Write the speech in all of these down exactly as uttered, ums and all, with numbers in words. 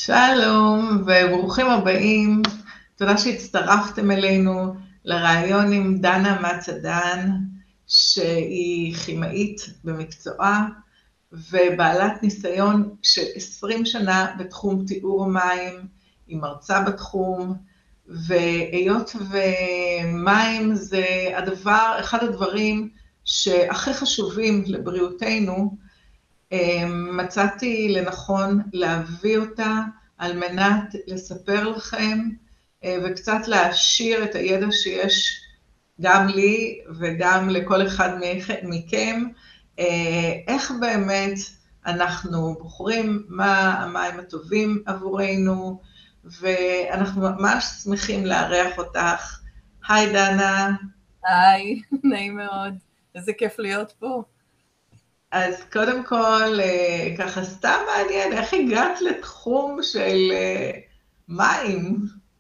שלום וברוכים הבאים, תודה שהצטרפתם אלינו לראיון עם דנה מצדן, שהיא כימאית במקצועה ובעלת ניסיון של עשרים שנה בתחום טיהור מים, היא מרצה בתחום, והיות ומים זה הדבר, אחד הדברים שהכי חשובים לבריאותנו, מצאתי לנכון להביא אותה על מנת לספר לכם וקצת להעשיר את הידע שיש גם לי וגם לכל אחד מכם, איך באמת אנחנו בוחרים מה המים הטובים עבורנו, ואנחנו ממש שמחים לארח אותך. היי דנה. היי, נעים מאוד, איזה כיף להיות פה. אז קודם כל, ככה סתם מעניין, איך הגעת לתחום של מים?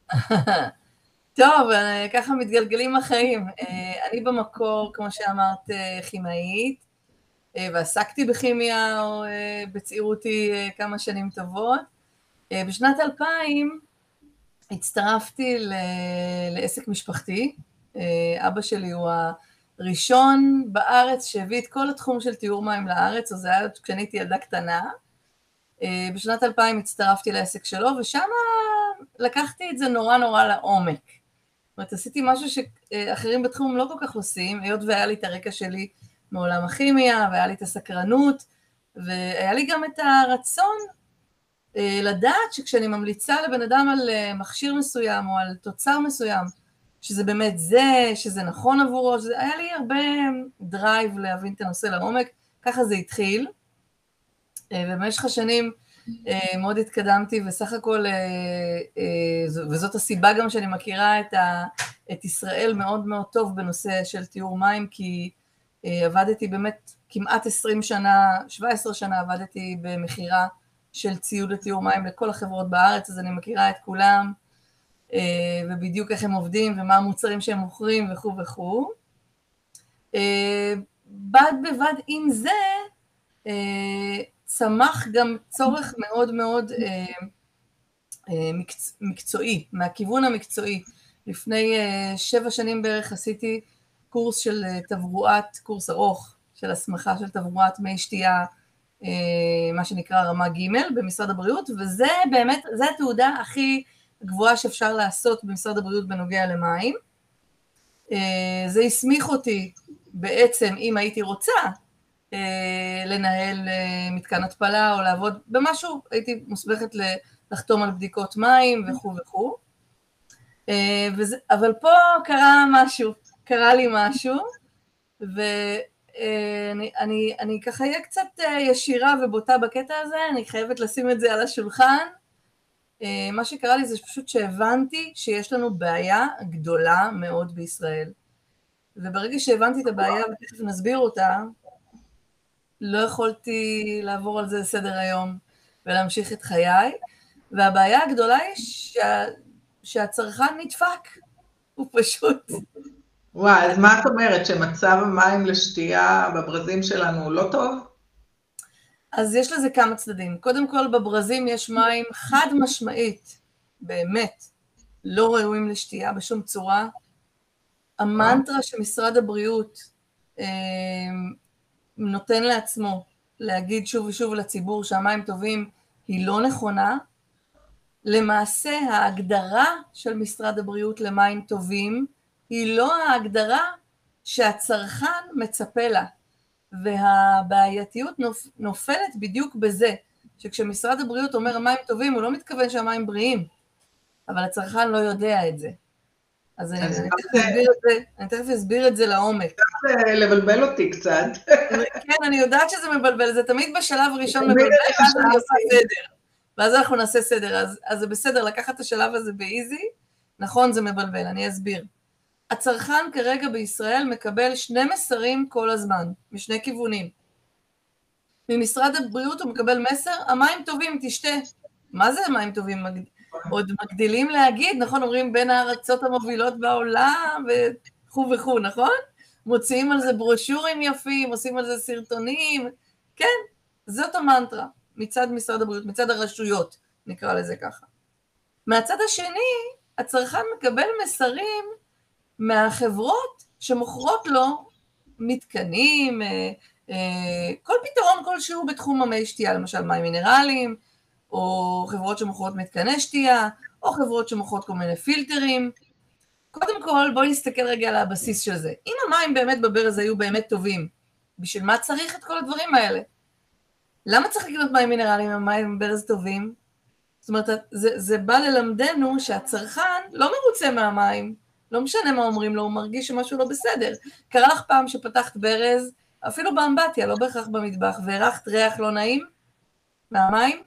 טוב, ככה מתגלגלים החיים. אני במקור, כמו שאמרת, כימאית, ועסקתי בכימיה בצעירותי כמה שנים טובות. בשנת אלפיים הצטרפתי לעסק משפחתי. אבא שלי הוא הראשון בארץ שהביא את כל התחום של טיהור מים לארץ, אז זה היה כשאני הייתי ילדה קטנה. בשנת אלפיים הצטרפתי לעסק שלו, ושם לקחתי את זה נורא נורא לעומק. זאת אומרת, עשיתי משהו שאחרים בתחום לא כל כך עושים, היות והיה לי את הרקע שלי מעולם הכימיה, והיה לי את הסקרנות, והיה לי גם את הרצון לדעת שכשאני ממליצה לבן אדם על מכשיר מסוים, או על תוצר מסוים, שזה באמת זה, שזה נכון עבורו, שזה, היה לי הרבה דרייב להבין את הנושא לעומק, ככה זה התחיל, ובמשך השנים מאוד התקדמתי, וסך הכל, וזאת הסיבה גם שאני מכירה את, ה, את ישראל מאוד מאוד טוב בנושא של טיהור מים, כי עבדתי באמת כמעט עשרים שנה, שבע עשרה שנה עבדתי במחירה של ציוד לטיהור מים לכל החברות בארץ, אז אני מכירה את כולם, ובדיוק איך הם עובדים, ומה המוצרים שהם מוכרים וכו' וכו'. בד בבד עם זה, צמח גם צורך מאוד מאוד מקצועי, מהכיוון המקצועי. לפני שבע שנים בערך עשיתי קורס של תברואת, קורס ארוך של הסמכה של תברואת מי שתייה, מה שנקרא רמה ג' במשרד הבריאות, וזה באמת, זה התעודה הכי גבוהה שאפשר לעשות במשרד הבריאות בנוגע למים. זה הסמיך אותי בעצם, אם הייתי רוצה, לנהל מתקן התפלה או לעבוד במשהו, הייתי מוסמכת לחתום על בדיקות מים וכו' וכו'. וזה, אבל פה קרה משהו, קרה לי משהו, ואני אני, אני ככה אהיה קצת ישירה ובוטה בקטע הזה, אני חייבת לשים את זה על השולחן. מה שקרה לי זה פשוט שהבנתי שיש לנו בעיה גדולה מאוד בישראל, וברגע שהבנתי את הבעיה ותכף נסביר אותה, לא יכולתי לעבור על זה לסדר היום ולהמשיך את חיי, והבעיה הגדולה היא שה, שהצרכן נדפק, הוא פשוט. וואי, אז מה את אומרת, שמצב המים לשתייה בברזים שלנו הוא לא טוב? אז יש לזה כמה צדדים. קודם כל, בברזים יש מים חד משמעית, באמת, לא ראויים לשתייה בשום צורה. המנטרה שמשרד הבריאות אה, נותן לעצמו להגיד שוב ושוב לציבור שהמים טובים, היא לא נכונה. למעשה, ההגדרה של משרד הבריאות למים טובים, היא לא ההגדרה שהצרכן מצפה לה. והבעייתיות נופלת בדיוק בזה, שכשמשרד הבריאות אומר מים טובים, הוא לא מתכוון שהמים בריאים, אבל הצרכן לא יודע את זה. אז אני, אני, תכף אסביר את זה, אני תכף אסביר את זה לעומק. זה לבלבל אותי קצת. כן, אני יודעת שזה מבלבל, זה תמיד בשלב ראשון מבלבל, ואז אני עושה סדר. ואז אנחנו נעשה סדר, אז, אז זה בסדר, לקחת את השלב הזה באיזי, נכון, זה מבלבל, אני אסביר. הצרכן כרגע בישראל מקבל שני מסרים כל הזמן, משני כיוונים. ממשרד הבריאות הוא מקבל מסר, המים טובים, תשתה. מה זה המים טובים? עוד מגדילים להגיד, נכון, אומרים בין הארצות המובילות בעולם וכו' וכו', נכון? מוציאים על זה ברושורים יפים, עושים על זה סרטונים, כן, זאת המנטרה מצד משרד הבריאות, מצד הרשויות, נקרא לזה ככה. מהצד השני, הצרכן מקבל מסרים מהחברות שמוכרות לו מתקנים, כל פתרון כלשהו בתחום המי שתייה, למשל מים מינרליים, או חברות שמוכרות מתקני שתייה, או חברות שמוכרות כל מיני פילטרים. קודם כל, בואי נסתכל רגע על הבסיס של זה. אם המים באמת בברז היו באמת טובים, בשביל מה צריך את כל הדברים האלה? למה צריך לקנות מים מינרליים אם המים בברז טובים? זאת אומרת, זה, זה בא ללמדנו שהצרכן לא מרוצה מהמים, לא משנה מה אומרים לו, הוא מרגיש שמשהו לא בסדר. קרה לך פעם שפתחת ברז, אפילו באמבטיה, לא בהכרח במטבח, והרחת ריח לא נעים מהמים?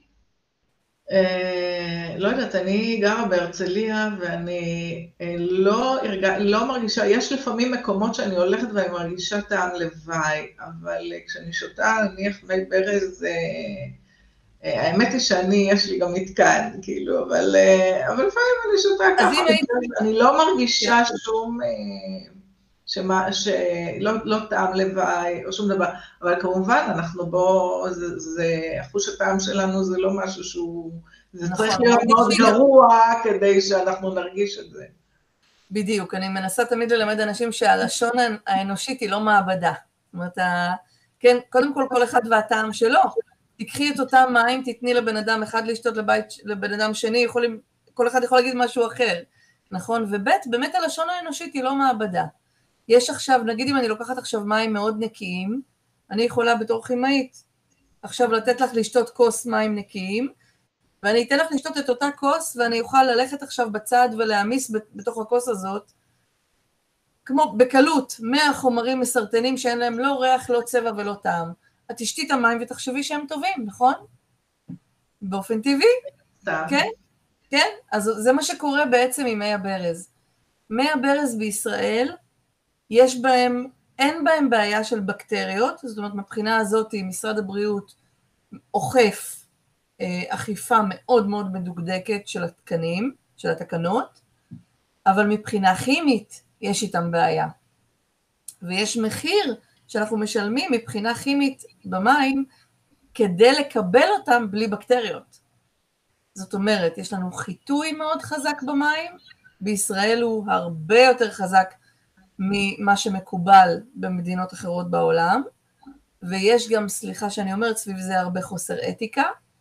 לא יודעת, אני גרה בהרצליה, ואני לא, לא מרגישה, יש לפעמים מקומות שאני הולכת ואני מרגישה טעם לוואי, אבל כשאני שותה, נניח מי ברז, האמת היא שאני, יש לי גם מתקן, כאילו, אבל, אבל לפעמים אני שותה ככה, אני לא מרגישה שום, שמה, שלא, לא טעם לוואי, או שום דבר, אבל כמובן, אנחנו בו, זה, זה, החוש הטעם שלנו זה לא משהו שהוא, זה נכון, צריך להיות מאוד גרוע, כדי שאנחנו נרגיש את זה. בדיוק, אני מנסה תמיד ללמד אנשים שהלשון האנושית היא לא מעבדה. זאת אומרת, כן, קודם כל, כל אחד והטעם שלו. תקחי את אותם מים, תתני לבן אדם אחד לשתות לבית, לבן אדם שני, יכולים, כל אחד יכול להגיד משהו אחר, נכון? ובית, באמת הלשון האנושית היא לא מעבדה. יש עכשיו, נגיד אם אני לוקחת עכשיו מים מאוד נקיים, אני יכולה בתור כימאית, עכשיו לתת לך לשתות כוס מים נקיים, ואני אתן לך לשתות את אותה כוס, ואני אוכל ללכת עכשיו בצד ולהמיס בתוך הכוס הזאת, כמו בקלות, מאה חומרים מסרטנים שאין להם לא ריח, לא צבע ולא טעם. את תשתי את המים ותחשבי שהם טובים, נכון? באופן טבעי? כן? כן? אז זה מה שקורה בעצם עם מי הברז. מי הברז בישראל, יש בהם, אין בהם בעיה של בקטריות, זאת אומרת, מבחינה הזאת, משרד הבריאות אוכף אה, אכיפה מאוד מאוד מדוקדקת של התקנים, של התקנות, אבל מבחינה כימית יש איתם בעיה. ויש מחיר שאנחנו משלמים מבחינה כימית במים, כדי לקבל אותם בלי בקטריות. זאת אומרת, יש לנו חיטוי מאוד חזק במים, בישראל הוא הרבה יותר חזק ממה שמקובל במדינות אחרות בעולם, ויש גם, סליחה שאני אומרת, סביב זה הרבה חוסר אתיקה,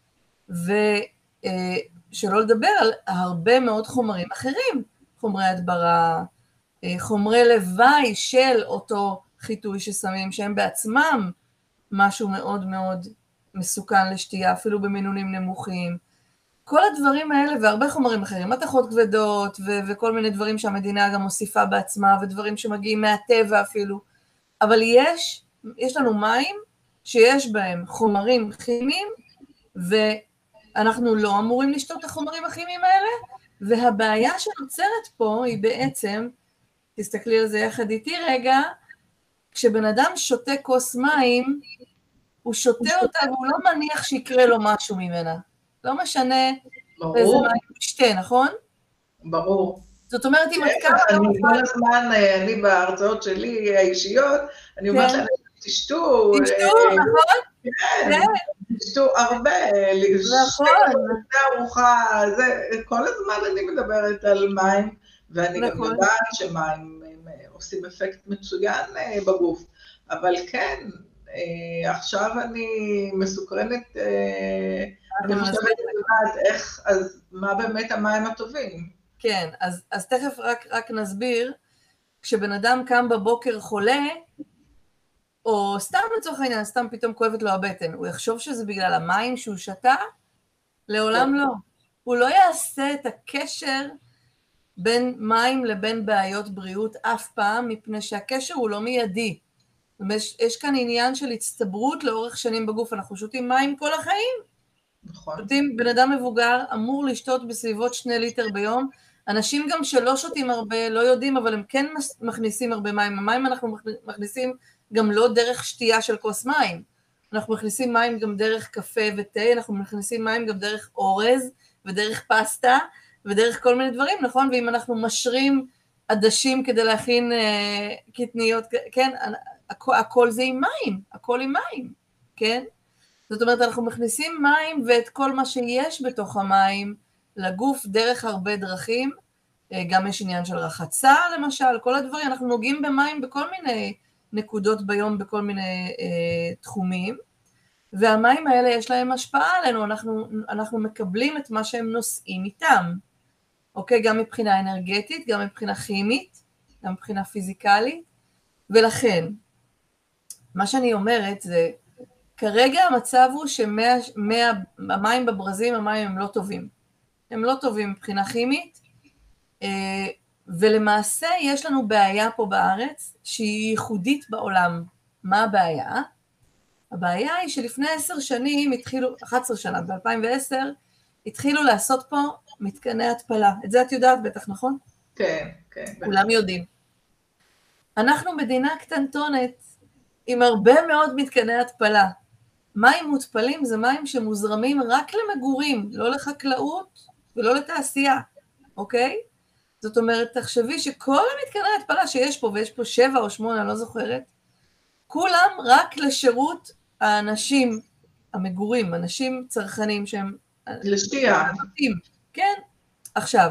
ושלא לדבר על הרבה מאוד חומרים אחרים, חומרי הדברה, חומרי לוואי של אותו חיטוי ששמים, שהם בעצמם משהו מאוד מאוד מסוכן לשתייה, אפילו במינונים נמוכים. כל הדברים האלה והרבה חומרים אחרים, מתכות כבדות ו- וכל מיני דברים שהמדינה גם מוסיפה בעצמה, ודברים שמגיעים מהטבע אפילו. אבל יש, יש לנו מים שיש בהם חומרים כימיים, ואנחנו לא אמורים לשתות את החומרים הכימיים האלה, והבעיה שנוצרת פה היא בעצם, תסתכלי על זה יחד איתי רגע, כשבן אדם שותה כוס מים, הוא שותה אותה והוא לא מניח שיקרה לו משהו ממנה. לא משנה איזה מים הוא ישתה, נכון? ברור. זאת אומרת, אם את כמה... אני כל הזמן, אני בהרצאות שלי האישיות, אני אומרת להם, תשתו. תשתו, נכון? כן, תשתו הרבה. נכון. לפני ארוחה, כל הזמן אני מדברת על מים, ואני גם יודעת שמים עושים אפקט מצוין בגוף. אבל כן, עכשיו אני מסוקרנת, אני חושבת לדעת איך, אז מה באמת המים הטובים? כן, אז, אז תכף רק, רק נסביר, כשבן אדם קם בבוקר חולה, או סתם לצורך העניין, סתם פתאום כואבת לו הבטן, הוא יחשוב שזה בגלל המים שהוא שתה? לעולם לא. הוא לא יעשה את הקשר בין מים לבין בעיות בריאות אף פעם, מפני שהקשר הוא לא מיידי. יש, יש כאן עניין של הצטברות לאורך שנים בגוף, אנחנו שותים מים כל החיים. נכון. שותים, בן אדם מבוגר אמור לשתות בסביבות שני ליטר ביום, אנשים גם שלא שותים הרבה, לא יודעים, אבל הם כן מכניסים הרבה מים. המים אנחנו מכניסים גם לא דרך שתייה של כוס מים, אנחנו מכניסים מים גם דרך קפה ותה, אנחנו מכניסים מים גם דרך אורז ודרך פסטה ודרך כל מיני דברים, נכון? ואם אנחנו משרים עדשים כדי להכין uh, קטניות, כן, הכ- הכל זה עם מים, הכל עם מים, כן? זאת אומרת, אנחנו מכניסים מים ואת כל מה שיש בתוך המים לגוף דרך הרבה דרכים, גם יש עניין של רחצה למשל, כל הדברים, אנחנו נוגעים במים בכל מיני נקודות ביום, בכל מיני אה, תחומים, והמים האלה יש להם השפעה עלינו, אנחנו, אנחנו מקבלים את מה שהם נושאים איתם, אוקיי? גם מבחינה אנרגטית, גם מבחינה כימית, גם מבחינה פיזיקלית, ולכן, מה שאני אומרת זה, כרגע המצב הוא שהמים בברזים, המים הם לא טובים. הם לא טובים מבחינה כימית, ולמעשה יש לנו בעיה פה בארץ, שהיא ייחודית בעולם. מה הבעיה? הבעיה היא שלפני עשר שנים התחילו, אחת עשרה שנה, ב-אלפיים ועשר, התחילו לעשות פה מתקני התפלה. את זה את יודעת בטח, נכון? כן, כן. כולם יודעים. אנחנו מדינה קטנטונת, עם הרבה מאוד מתקני התפלה. מים מותפלים זה מים שמוזרמים רק למגורים, לא לחקלאות ולא לתעשייה, אוקיי? זאת אומרת, תחשבי שכל המתקני התפלה שיש פה, ויש פה שבע או שמונה, אני לא זוכרת, כולם רק לשירות האנשים, המגורים, אנשים צרכנים שהם... לשתייה. כן, עכשיו,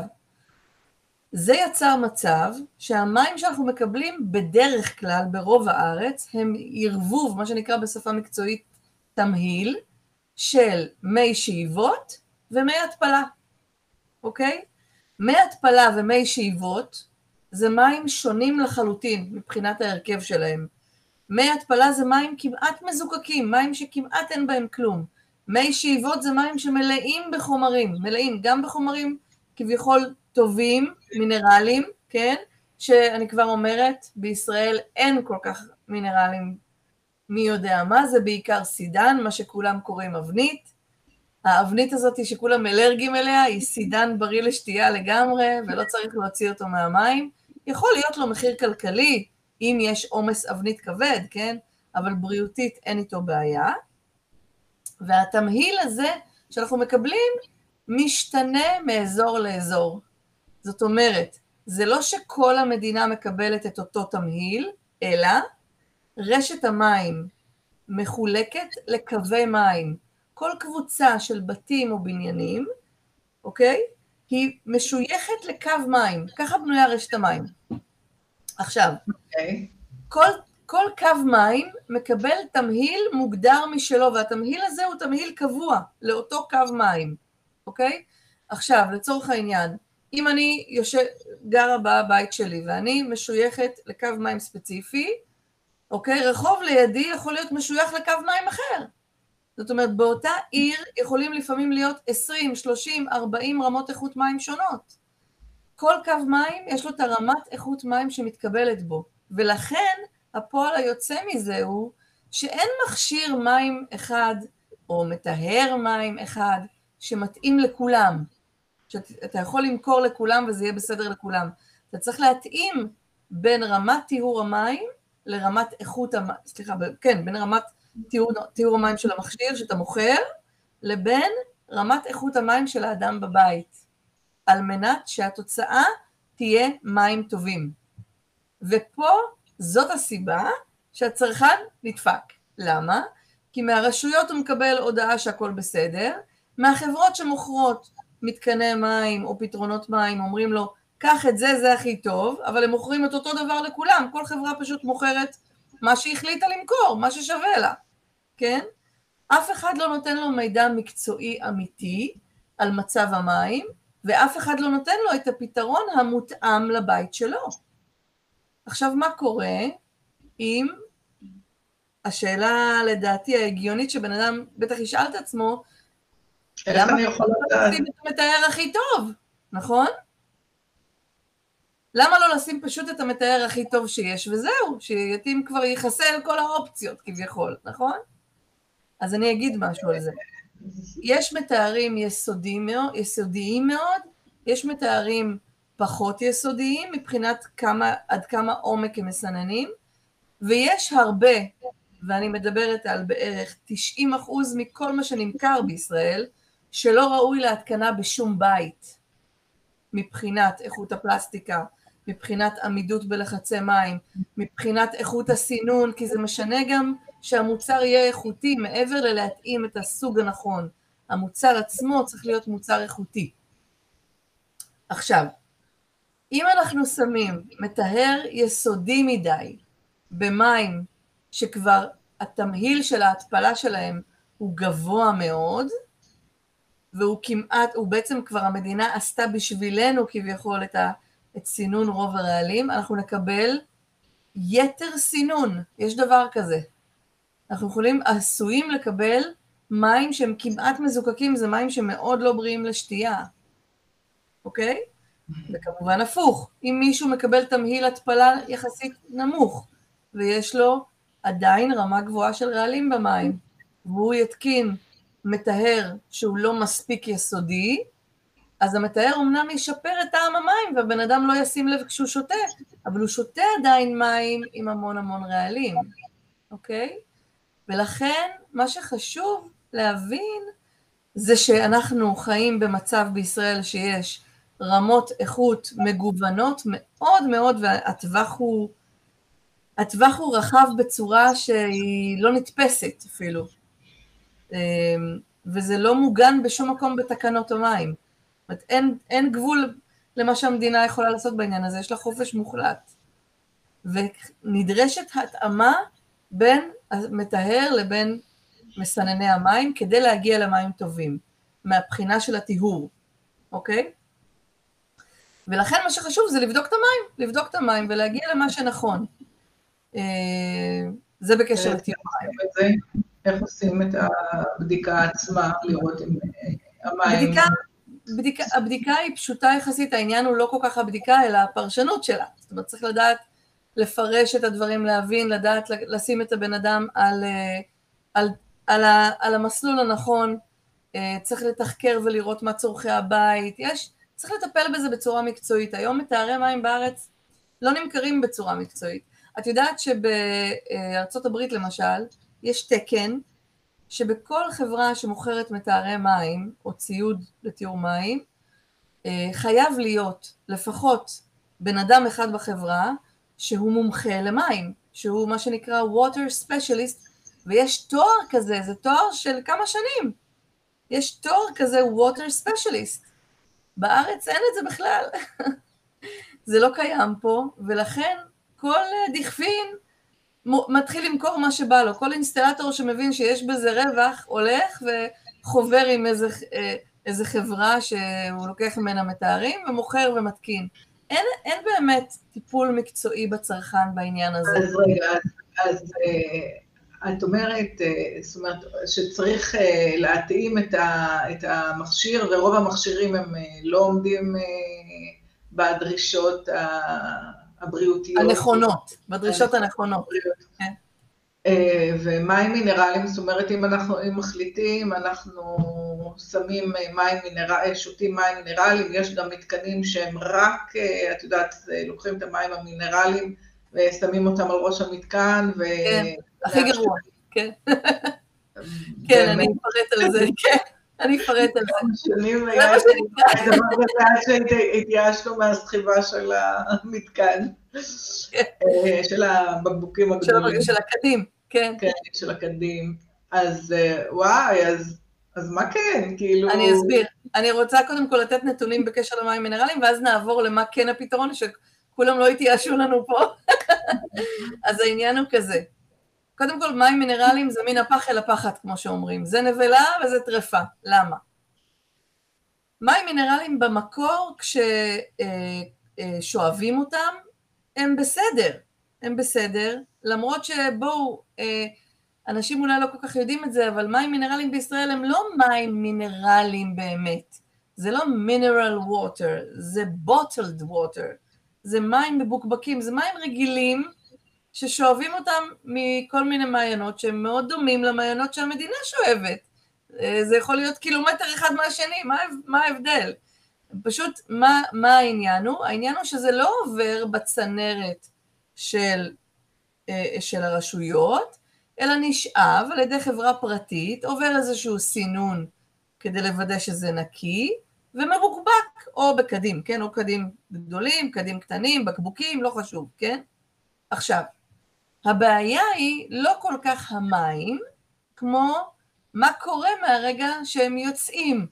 זה יצר מצב שהמים שאנחנו מקבלים בדרך כלל, ברוב הארץ, הם ערבוב, מה שנקרא בשפה מקצועית, תמהיל, של מי שאיבות ומי התפלה, אוקיי? מי התפלה ומי שאיבות זה מים שונים לחלוטין מבחינת ההרכב שלהם. מי התפלה זה מים כמעט מזוקקים, מים שכמעט אין בהם כלום. מי שאיבות זה מים שמלאים בחומרים, מלאים גם בחומרים כביכול טובים, מינרלים, כן? שאני כבר אומרת, בישראל אין כל כך מינרלים, מי יודע מה, זה בעיקר סידן, מה שכולם קוראים אבנית. האבנית הזאת שכולם אלרגיים אליה, היא סידן בריא לשתייה לגמרי, ולא צריך להוציא אותו מהמים. יכול להיות לו מחיר כלכלי, אם יש עומס אבנית כבד, כן? אבל בריאותית אין איתו בעיה. והתמהיל הזה שאנחנו מקבלים, משתנה מאזור לאזור. זאת אומרת, זה לא שכל המדינה מקבלת את אותו תמהיל, אלא רשת המים מחולקת לקווי מים. כל קבוצה של בתים או בניינים, אוקיי? היא משויכת לקו מים. ככה בנויה רשת המים. עכשיו, אוקיי. כל, כל קו מים מקבל תמהיל מוגדר משלו, והתמהיל הזה הוא תמהיל קבוע לאותו קו מים, אוקיי? עכשיו, לצורך העניין, אם אני יושב, גרה בבית שלי, ואני משויכת לקו מים ספציפי, אוקיי? רחוב לידי יכול להיות משוייך לקו מים אחר. זאת אומרת, באותה עיר יכולים לפעמים להיות עשרים, שלושים, ארבעים רמות איכות מים שונות. כל קו מים יש לו את הרמת איכות מים שמתקבלת בו, ולכן הפועל היוצא מזה הוא שאין מכשיר מים אחד, או מטהר מים אחד, שמתאים לכולם. שאתה יכול למכור לכולם וזה יהיה בסדר לכולם. אתה צריך להתאים בין רמת טיהור המים לרמת איכות המים, סליחה, כן, בין רמת טיהור, טיהור המים של המכשיר שאתה מוכר, לבין רמת איכות המים של האדם בבית, על מנת שהתוצאה תהיה מים טובים. ופה זאת הסיבה שהצרכן נדפק. למה? כי מהרשויות הוא מקבל הודעה שהכל בסדר, מהחברות שמוכרות מתקני מים או פתרונות מים אומרים לו, קח את זה, זה הכי טוב, אבל הם מוכרים את אותו דבר לכולם, כל חברה פשוט מוכרת מה שהחליטה למכור, מה ששווה לה, כן? אף אחד לא נותן לו מידע מקצועי אמיתי על מצב המים, ואף אחד לא נותן לו את הפתרון המותאם לבית שלו. עכשיו, מה קורה אם השאלה לדעתי ההגיונית שבן אדם בטח ישאל את עצמו, איך אני יכול לדעת? לשים את המתאר הכי טוב, נכון? למה לא לשים פשוט את המתאר הכי טוב שיש, וזהו, שיתאים כבר יחסל כל האופציות כביכול, נכון? אז אני אגיד משהו על זה. יש מתארים יסודיים מאוד, יסודיים מאוד, יש מתארים פחות יסודיים, מבחינת כמה, עד כמה עומק הם מסננים, ויש הרבה, ואני מדברת על בערך תשעים אחוז מכל מה שנמכר בישראל, שלא ראוי להתקנה בשום בית, מבחינת איכות הפלסטיקה, מבחינת עמידות בלחצי מים, מבחינת איכות הסינון, כי זה משנה גם שהמוצר יהיה איכותי, מעבר ללהתאים את הסוג הנכון. המוצר עצמו צריך להיות מוצר איכותי. עכשיו, אם אנחנו שמים מטהר יסודי מדי במים שכבר התמהיל של ההתפלה שלהם הוא גבוה מאוד, והוא כמעט, הוא בעצם כבר המדינה עשתה בשבילנו כביכול את, ה, את סינון רוב הרעלים, אנחנו נקבל יתר סינון, יש דבר כזה. אנחנו יכולים, עשויים לקבל מים שהם כמעט מזוקקים, זה מים שמאוד לא בריאים לשתייה, אוקיי? וכמובן הפוך, אם מישהו מקבל תמהיל התפלה יחסית נמוך, ויש לו עדיין רמה גבוהה של רעלים במים, והוא יתקין מטהר שהוא לא מספיק יסודי, אז המטהר אמנם ישפר את טעם המים, והבן אדם לא ישים לב כשהוא שותה, אבל הוא שותה עדיין מים עם המון המון רעלים, אוקיי? ולכן מה שחשוב להבין, זה שאנחנו חיים במצב בישראל שיש רמות איכות מגוונות מאוד מאוד, והטווח הוא, הטווח הוא רחב בצורה שהיא לא נתפסת אפילו. וזה לא מוגן בשום מקום בתקנות המים. זאת אומרת, אין, אין גבול למה שהמדינה יכולה לעשות בעניין הזה, יש לה חופש מוחלט. ונדרשת התאמה בין המטהר לבין מסנני המים, כדי להגיע למים טובים, מהבחינה של הטיהור, אוקיי? ולכן מה שחשוב זה לבדוק את המים, לבדוק את המים ולהגיע למה שנכון. זה בקשר לטיהור מים. איך עושים את הבדיקה עצמה, לראות אם המים... בדיקה, בדיקה, הבדיקה היא פשוטה יחסית, העניין הוא לא כל כך הבדיקה, אלא הפרשנות שלה. זאת אומרת, צריך לדעת לפרש את הדברים, להבין, לדעת לשים את הבן אדם על, על, על, ה, על המסלול הנכון, צריך לתחקר ולראות מה צורכי הבית, יש, צריך לטפל בזה בצורה מקצועית. היום מטהרי מים בארץ לא נמכרים בצורה מקצועית. את יודעת שבארצות הברית למשל, יש תקן שבכל חברה שמוכרת מטהרי מים או ציוד לטיהור מים, חייב להיות לפחות בן אדם אחד בחברה שהוא מומחה למים, שהוא מה שנקרא water specialist, ויש תואר כזה, זה תואר של כמה שנים, יש תואר כזה water specialist, בארץ אין את זה בכלל, זה לא קיים פה, ולכן כל דכפין מתחיל למכור מה שבא לו, כל אינסטלטור שמבין שיש בזה רווח, הולך וחובר עם איזה, איזה חברה שהוא לוקח ממנה מטהרים ומוכר ומתקין. אין, אין באמת טיפול מקצועי בצרכן בעניין הזה. אז רגע, אז, אז את אומרת, זאת אומרת, שצריך להתאים את, ה, את המכשיר, ורוב המכשירים הם לא עומדים בדרישות ה... הבריאותיות. הנכונות, בדרישות הנכונות. ומים מינרליים, זאת אומרת, אם אנחנו אם מחליטים, אנחנו שמים מים מינרליים, שותים מים מינרליים, יש גם מתקנים שהם רק, את יודעת, לוקחים את המים המינרליים, ושמים אותם על ראש המתקן, ו... כן, הכי גרוע, כן. כן, אני אפרט על זה, כן. אני אפרט על זה. שנים היה דבר כזה שהתייאשנו מהסחיבה של המתקן, של הבקבוקים הגדולים. של הקדים, כן. כן, של הקדים. אז וואי, אז מה כן, כאילו... אני אסביר. אני רוצה קודם כל לתת נתונים בקשר למים מינרליים, ואז נעבור למה כן הפתרון, שכולם לא התייאשו לנו פה. אז העניין הוא כזה. קודם כל, מים מינרליים זה מן הפח אל הפחת, כמו שאומרים. זה נבלה וזה טרפה. למה? מים מינרליים במקור, כששואבים אותם, הם בסדר. הם בסדר, למרות שבואו, אנשים אולי לא כל כך יודעים את זה, אבל מים מינרליים בישראל הם לא מים מינרליים באמת. זה לא mineral water, זה bottled water. זה מים מבוקבקים, זה מים רגילים, ששואבים אותם מכל מיני מעיינות שהם מאוד דומים למעיינות שהמדינה שואבת. זה יכול להיות קילומטר אחד מהשני, מה, מה ההבדל? פשוט מה, מה העניין הוא? העניין הוא שזה לא עובר בצנרת של, של הרשויות, אלא נשאב על ידי חברה פרטית, עובר איזשהו סינון כדי לוודא שזה נקי, ומבוקבק, או בקדים, כן? או קדים גדולים, קדים קטנים, בקבוקים, לא חשוב, כן? עכשיו, הבעיה היא לא כל כך המים, כמו מה קורה מהרגע שהם יוצאים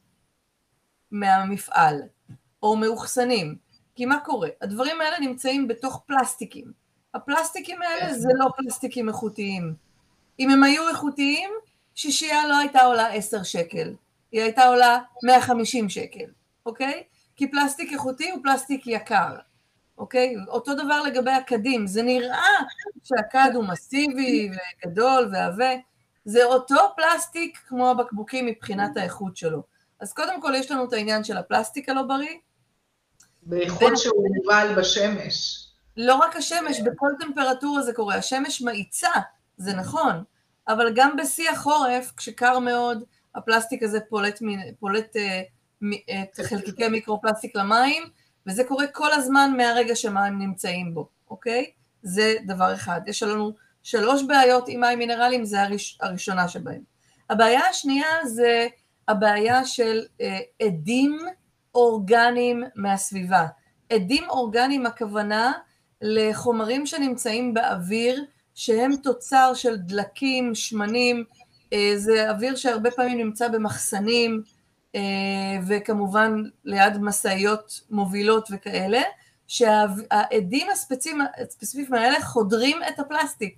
מהמפעל, או מאוחסנים. כי מה קורה? הדברים האלה נמצאים בתוך פלסטיקים. הפלסטיקים האלה זה לא פלסטיקים איכותיים. אם הם היו איכותיים, שישייה לא הייתה עולה עשר שקל. היא הייתה עולה מאה וחמישים שקל, אוקיי? כי פלסטיק איכותי הוא פלסטיק יקר, אוקיי? אותו דבר לגבי הקדים. זה נראה שהקד הוא מסיבי וגדול ועבה. זה אותו פלסטיק כמו הבקבוקים מבחינת האיכות שלו. אז קודם כל יש לנו את העניין של הפלסטיק הלא בריא. באיכות שהוא מובל בשמש. לא רק השמש, בכל טמפרטורה זה קורה. השמש מאיצה, זה נכון, אבל גם בשיא החורף, כשקר מאוד, הפלסטיק הזה פולט, פולט את חלקיקי מיקרופלסטיק למים, וזה קורה כל הזמן מהרגע שמים נמצאים בו, אוקיי? זה דבר אחד. יש לנו שלוש בעיות עם מים מינרליים, זה הראש, הראשונה שבהם. הבעיה השנייה זה הבעיה של אה, עדים אורגניים מהסביבה. עדים אורגניים הכוונה לחומרים שנמצאים באוויר, שהם תוצר של דלקים, שמנים, אה, זה אוויר שהרבה פעמים נמצא במחסנים, אה, וכמובן ליד מסעיות מובילות וכאלה, שהעדים הספציפיים האלה חודרים את הפלסטיק.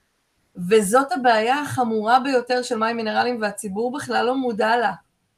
וזאת הבעיה החמורה ביותר של מים מינרליים, והציבור בכלל לא מודע לה.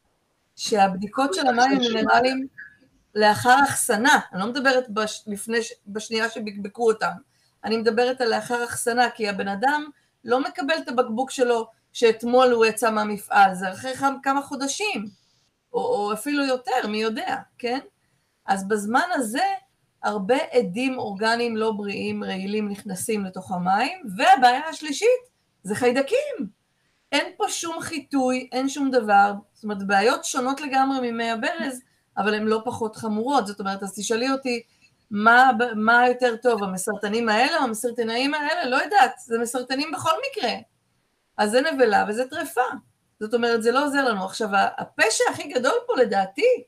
שהבדיקות של המים המינרליים לאחר החסנה, אני לא מדברת בש, לפני, בשנייה שבקבקו אותם, אני מדברת על לאחר החסנה, כי הבן אדם לא מקבל את הבקבוק שלו שאתמול הוא יצא מהמפעל, זה אחרי כמה חודשים, או, או אפילו יותר, מי יודע, כן? אז בזמן הזה, הרבה עדים אורגניים לא בריאים, רעילים נכנסים לתוך המים, והבעיה השלישית זה חיידקים. אין פה שום חיטוי, אין שום דבר, זאת אומרת, בעיות שונות לגמרי ממי הברז, אבל הן לא פחות חמורות. זאת אומרת, אז תשאלי אותי, מה, מה יותר טוב, המסרטנים האלה או המסרטנאים האלה? לא יודעת, זה מסרטנים בכל מקרה. אז זה נבלה וזה טרפה. זאת אומרת, זה לא עוזר לנו. עכשיו, הפשע הכי גדול פה לדעתי,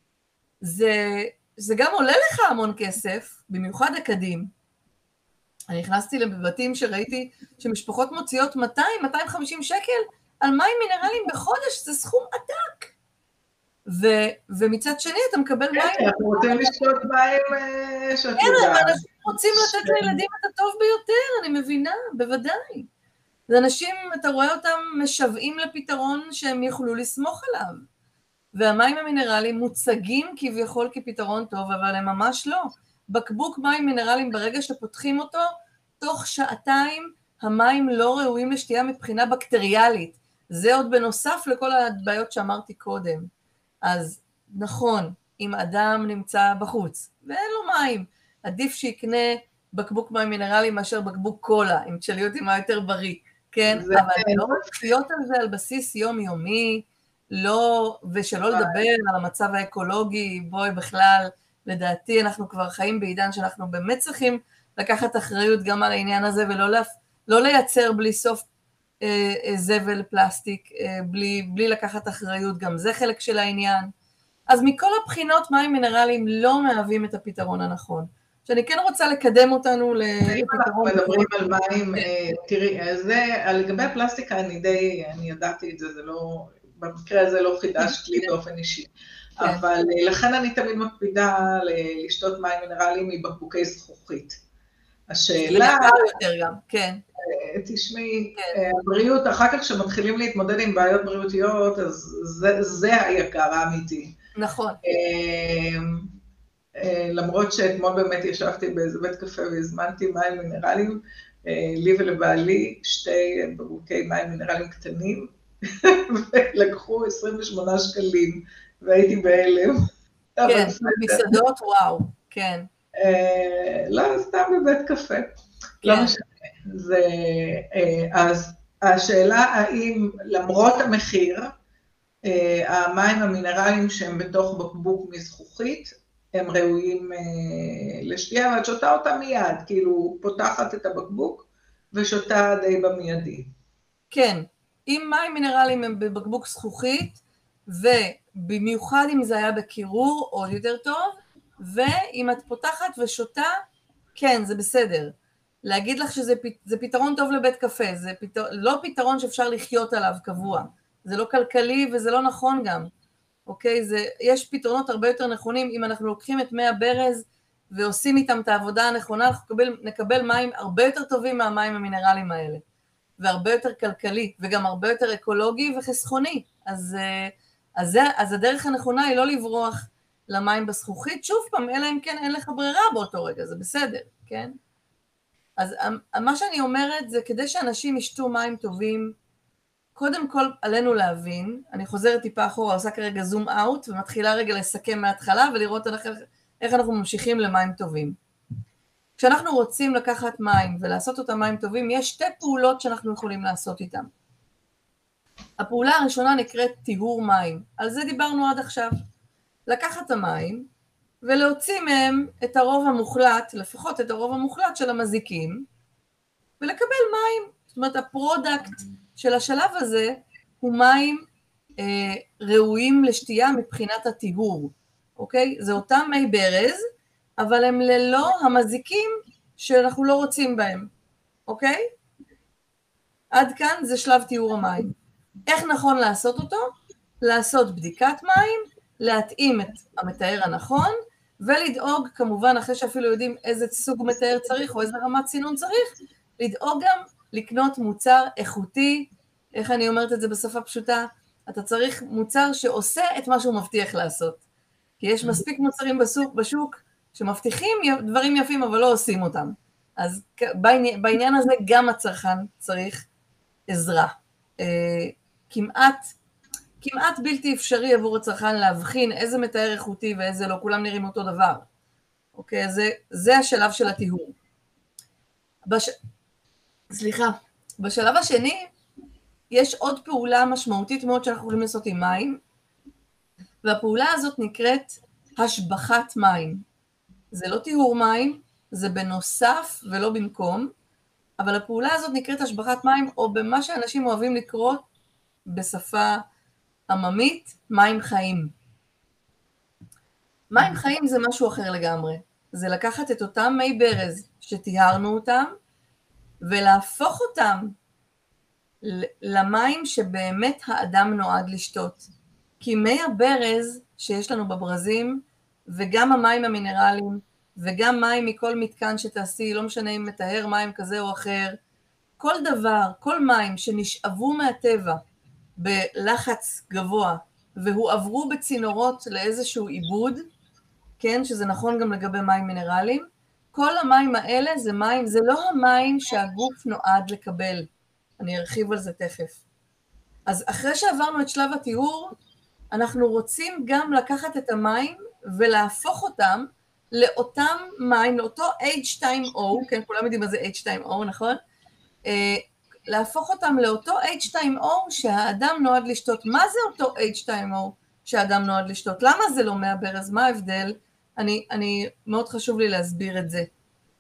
זה, זה גם עולה לך המון כסף, במיוחד הקדים. אני נכנסתי לבתים שראיתי שמשפחות מוציאות מאתיים מאתיים וחמישים שקל על מים מינרליים בחודש, זה סכום עתק. ו- ומצד שני אתה מקבל מים. כן, אנחנו רוצים לשתות מים שאת יודעת. כן, אבל אנשים רוצים לתת לילדים את הטוב ביותר, אני מבינה, בוודאי. זה אנשים, אתה רואה אותם משוועים לפתרון שהם יוכלו לסמוך עליו. והמים המינרליים מוצגים כביכול כפתרון טוב, אבל הם ממש לא. בקבוק מים מינרליים ברגע שפותחים אותו, תוך שעתיים המים לא ראויים לשתייה מבחינה בקטריאלית. זה עוד בנוסף לכל הבעיות שאמרתי קודם. אז נכון, אם אדם נמצא בחוץ ואין לו מים, עדיף שיקנה בקבוק מים מינרליים מאשר בקבוק קולה, אם תשאלי אותי מה יותר בריא, כן? אבל לא מצפיות על זה על בסיס יומיומי, לא, ושלא לדבר על המצב האקולוגי, בואי בכלל, לדעתי אנחנו כבר חיים בעידן שאנחנו באמת צריכים לקחת אחריות גם על העניין הזה, ולא לא, לא לייצר בלי סוף אה, זבל פלסטיק, אה, בלי, בלי לקחת אחריות, גם זה חלק של העניין. אז מכל הבחינות מים מינרליים לא מהווים את הפתרון הנכון. שאני כן רוצה לקדם אותנו לפתרון. אם אנחנו מדברים על מים, תראי, זה, לגבי הפלסטיקה אני די, אני ידעתי את זה, זה לא, במקרה הזה לא חידשת לי באופן אישי. אבל לכן אני תמיד מקפידה לשתות מים מינרליים מבקבוקי זכוכית. השאלה... יותר גם, כן. תשמעי, הבריאות, אחר כך שמתחילים להתמודד עם בעיות בריאותיות, אז זה, זה היקר האמיתי. נכון. למרות שאתמול באמת ישבתי באיזה בית קפה והזמנתי מים מינרליים, לי ולבעלי שתי בקבוקי מים מינרליים קטנים, ולקחו עשרים ושמונה שקלים, והייתי בהלם. כן, מסעדות, וואו, כן. לא, סתם בבית קפה. לא משנה. אז השאלה האם למרות המחיר, המים המינרליים שהם בתוך בקבוק מזכוכית, הם ראויים לשתייה, ואת שותה אותה מיד, כאילו פותחת את הבקבוק ושותה די במיידי. כן, אם מים מינרליים הם בבקבוק זכוכית, ובמיוחד אם זה היה בקירור, עוד יותר טוב, ואם את פותחת ושותה, כן, זה בסדר. להגיד לך שזה זה פתרון טוב לבית קפה, זה פתר, לא פתרון שאפשר לחיות עליו קבוע, זה לא כלכלי וזה לא נכון גם, אוקיי? זה, יש פתרונות הרבה יותר נכונים, אם אנחנו לוקחים את מי הברז ועושים איתם את העבודה הנכונה, אנחנו נקבל, נקבל מים הרבה יותר טובים מהמים המינרליים האלה, והרבה יותר כלכלי, וגם הרבה יותר אקולוגי וחסכוני, אז, אז, זה, אז הדרך הנכונה היא לא לברוח למים בזכוכית, שוב פעם, אלא אם כן אין לך ברירה באותו רגע, זה בסדר, כן? אז מה שאני אומרת זה כדי שאנשים ישתו מים טובים, קודם כל עלינו להבין, אני חוזרת טיפה אחורה, עושה כרגע זום אאוט, ומתחילה רגע לסכם מההתחלה, ולראות איך, איך אנחנו ממשיכים למים טובים. כשאנחנו רוצים לקחת מים ולעשות אותם מים טובים, יש שתי פעולות שאנחנו יכולים לעשות איתם. הפעולה הראשונה נקראת טיהור מים, על זה דיברנו עד עכשיו. לקחת את המים ולהוציא מהם את הרוב המוחלט, לפחות את הרוב המוחלט של המזיקים, ולקבל מים. זאת אומרת, הפרודקט של השלב הזה הוא מים אה, ראויים לשתייה מבחינת הטיהור, אוקיי? זה אותם מי ברז, אבל הם ללא המזיקים שאנחנו לא רוצים בהם, אוקיי? עד כאן זה שלב טיהור המים. איך נכון לעשות אותו? לעשות בדיקת מים, להתאים את המתאר הנכון, ולדאוג, כמובן, אחרי שאפילו יודעים איזה סוג מתאר צריך, או איזה רמת סינון צריך, לדאוג גם לקנות מוצר איכותי, איך אני אומרת את זה בשפה פשוטה, אתה צריך מוצר שעושה את מה שהוא מבטיח לעשות. כי יש מספיק מוצרים בשוק, בשוק שמבטיחים דברים יפים, אבל לא עושים אותם. אז בעניין הזה גם הצרכן צריך עזרה. כמעט, כמעט בלתי אפשרי עבור הצרכן להבחין איזה מתאר איכותי ואיזה לא, כולם נראים אותו דבר. אוקיי, זה, זה השלב של הטיהור. בש... סליחה, בשלב השני, יש עוד פעולה משמעותית מאוד שאנחנו יכולים לעשות עם מים, והפעולה הזאת נקראת השבחת מים. זה לא טיהור מים, זה בנוסף ולא במקום, אבל הפעולה הזאת נקראת השבחת מים, או במה שאנשים אוהבים לקרוא בשפה עממית, מים חיים. מים חיים זה משהו אחר לגמרי. זה לקחת את אותם מי ברז שטיהרנו אותם, ולהפוך אותם למים שבאמת האדם נועד לשתות. כי מי הברז שיש לנו בברזים, וגם המים המינרליים, וגם מים מכל מתקן שתעשי, לא משנה אם מטהר מים כזה או אחר, כל דבר, כל מים שנשאבו מהטבע בלחץ גבוה, והועברו בצינורות לאיזשהו עיבוד, כן, שזה נכון גם לגבי מים מינרליים, כל המים האלה זה מים, זה לא המים שהגוף נועד לקבל. אני ארחיב על זה תכף. אז אחרי שעברנו את שלב הטיהור, אנחנו רוצים גם לקחת את המים ולהפוך אותם לאותם מים, לאותו אייץ' טו או, כן, כולם יודעים מה זה אייץ' טו או, נכון? להפוך אותם לאותו אייץ' טו או שהאדם נועד לשתות. מה זה אותו אייץ' טו או שהאדם נועד לשתות? למה זה לא מהברז? מה ההבדל? אני, אני, מאוד חשוב לי להסביר את זה.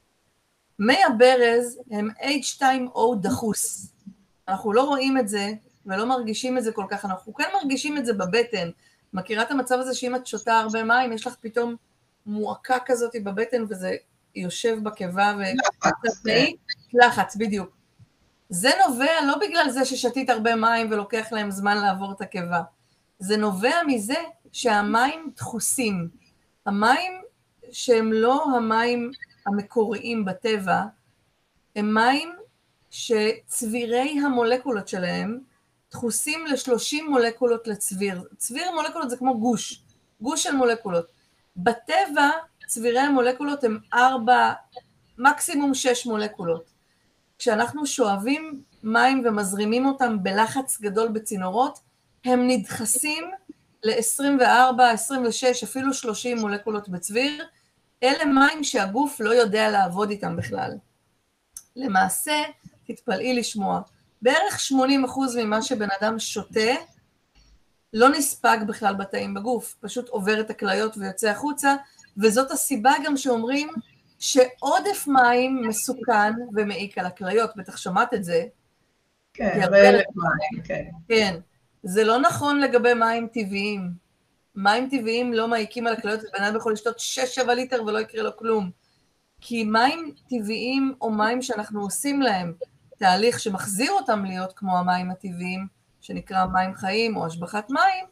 מי הברז הם אייץ' טו או דחוס. אנחנו לא רואים את זה ולא מרגישים את זה כל כך, אנחנו כן מרגישים את זה בבטן. מכירה את המצב הזה שאם את שותה הרבה מים, יש לך פתאום מועקה כזאת בבטן וזה יושב בקיבה ו... לחץ, לחץ, בדיוק. זה נובע לא בגלל זה ששתית הרבה מים ולוקח להם זמן לעבור את הקיבה. זה נובע מזה שהמים דחוסים. המים שהם לא המים המקוריים בטבע, הם מים שצבירי המולקולות שלהם דחוסים ל-שלושים מולקולות לצביר. צביר מולקולות זה כמו גוש, גוש של מולקולות. בטבע צבירי המולקולות הם ארבע, מקסימום שש מולקולות. כשאנחנו שואבים מים ומזרימים אותם בלחץ גדול בצינורות, הם נדחסים ל-עשרים וארבע, עשרים ושש, אפילו שלושים מולקולות בצביר. אלה מים שהגוף לא יודע לעבוד איתם בכלל. למעשה, תתפלאי לשמוע, בערך שמונים אחוז ממה שבן אדם שותה, לא נספג בכלל בתאים בגוף, פשוט עובר את הכליות ויוצא החוצה, וזאת הסיבה גם שאומרים שעודף מים מסוכן ומעיק על הכליות, בטח שמעת את זה. כן, ואלף מים, כן. כן, זה לא נכון לגבי מים טבעיים. מים טבעיים לא מעיקים על הכליות, ובן אדם יכול לשתות שש שבע ליטר ולא יקרה לו כלום. כי מים טבעיים או מים שאנחנו עושים להם תהליך שמחזיר אותם להיות כמו המים הטבעיים, שנקרא מים חיים או השבחת מים,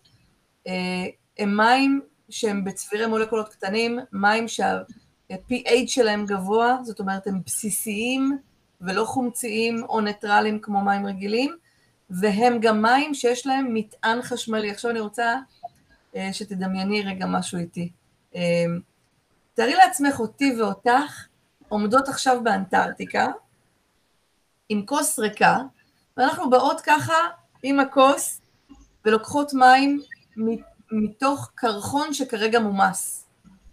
הם מים שהם בצבירי מולקולות קטנים, מים שה-פי אייץ' שלהם גבוה, זאת אומרת הם בסיסיים ולא חומציים או ניטרליים כמו מים רגילים, והם גם מים שיש להם מטען חשמלי. עכשיו אני רוצה שתדמייני רגע משהו איתי. תארי לעצמך אותי ואותך, עומדות עכשיו באנטארקטיקה, עם כוס ריקה, ואנחנו באות ככה עם הכוס, ולוקחות מים מתוך קרחון שכרגע מומס.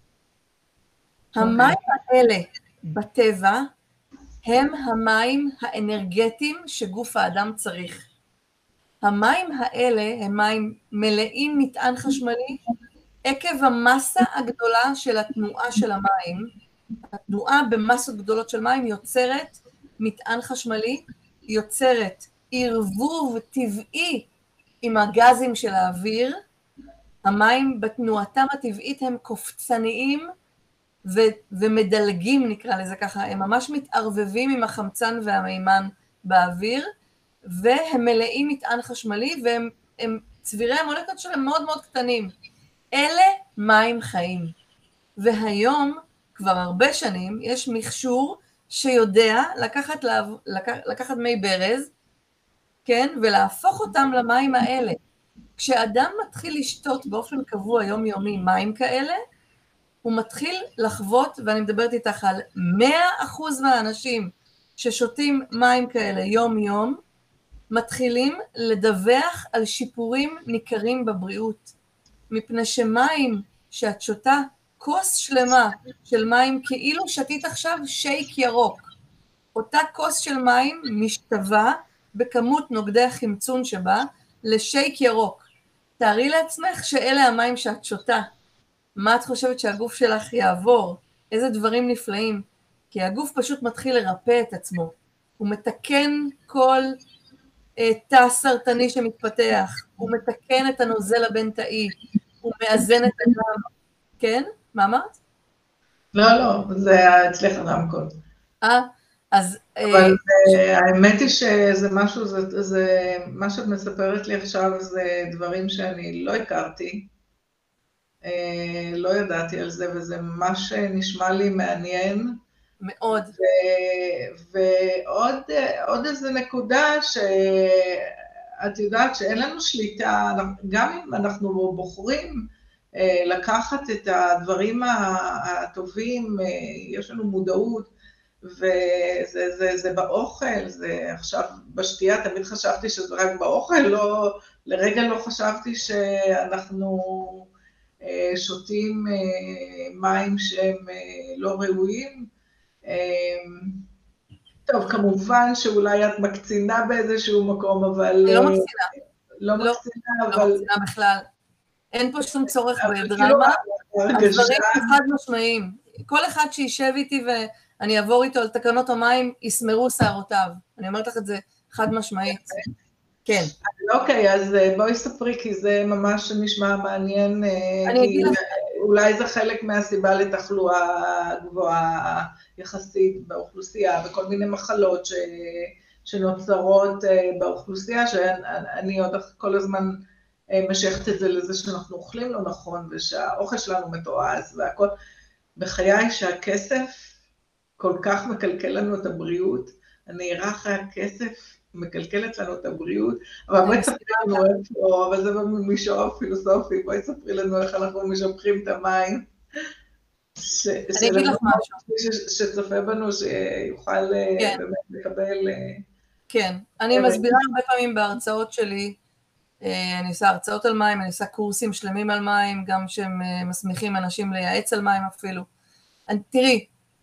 Okay. המים האלה בטבע, הם המים האנרגטיים שגוף האדם צריך. המים האלה הם מים מלאים מטען חשמלי, עקב המסה הגדולה של התנועה של המים. התנועה במסות גדולות של מים יוצרת מטען חשמלי, יוצרת ערבוב טבעי עם הגזים של האוויר. המים בתנועתם הטבעית הם קופצניים ו- ומדלגים, נקרא לזה ככה, הם ממש מתערבבים עם החמצן והמימן באוויר, והם מלאים מטען חשמלי, והם הם, צבירי המולקולות שלהם מאוד מאוד קטנים. אלה מים חיים. והיום, כבר הרבה שנים, יש מכשור שיודע לקחת, לקח, לקחת מי ברז, כן, ולהפוך אותם למים האלה. כשאדם מתחיל לשתות באופן קבוע יומיומי מים כאלה, הוא מתחיל לחוות, ואני מדברת איתך על מאה אחוז מהאנשים ששותים מים כאלה יום יום, מתחילים לדווח על שיפורים ניכרים בבריאות, מפני שמים שאת שותה כוס שלמה של מים כאילו שתית עכשיו שייק ירוק, אותה כוס של מים משתווה בכמות נוגדי החמצון שבה לשייק ירוק. תארי לעצמך שאלה המים שאת שותה. מה את חושבת שהגוף שלך יעבור? איזה דברים נפלאים. כי הגוף פשוט מתחיל לרפא את עצמו. הוא מתקן כל אה, תא סרטני שמתפתח. הוא מתקן את הנוזל הבין-תאי. הוא מאזן את הדם. כן? מה אמרת? לא, לא, זה אצלך הרמקול. אה? אז... אבל אה, האמת היא שזה משהו, זה, זה, מה שאת מספרת לי עכשיו זה דברים שאני לא הכרתי, אה, לא ידעתי על זה, וזה ממש נשמע לי מעניין. מאוד. ו, ועוד עוד איזו נקודה שאת יודעת שאין לנו שליטה, גם אם אנחנו בוחרים אה, לקחת את הדברים הטובים, אה, יש לנו מודעות, וזה זה, זה באוכל, זה עכשיו בשתייה, תמיד חשבתי שזה רק באוכל, לא, לרגע לא חשבתי שאנחנו שותים מים שהם לא ראויים. טוב, כמובן שאולי את מקצינה באיזשהו מקום, אבל... לא מקצינה. לא מקצינה, אבל... לא מקצינה בכלל. אין פה שום צורך בדרמה, הדברים חד משמעיים. כל אחד שישב איתי ואני אעבור איתו על תקנות המים, יסמרו שערותיו. אני אומרת לך את זה חד משמעית. כן. אוקיי, אז בואי ספרי, כי זה ממש נשמע מעניין, כי אולי זה חלק מהסיבה לתחלואה גבוהה יחסית באוכלוסייה, וכל מיני מחלות ש... שנוצרות באוכלוסייה, שאני עוד כל הזמן משכת את זה לזה שאנחנו אוכלים לא נכון, ושהאוכל שלנו מתועז והכל. בחיי שהכסף כל כך מקלקל לנו את הבריאות, הנהירה אחרי הכסף מקלקלת לנו את הבריאות, אבל בואי תספרי לנו איפה, אבל זה במישור הפילוסופי, בואי תספרי לנו איך אנחנו משפכים את המים. אני אגיד לך משהו. שצופה בנו, שיוכל באמת לקבל... כן, אני מסבירה הרבה פעמים בהרצאות שלי, אני עושה הרצאות על מים, אני עושה קורסים שלמים על מים, גם שהם מסמיכים אנשים לייעץ על מים אפילו. תראי,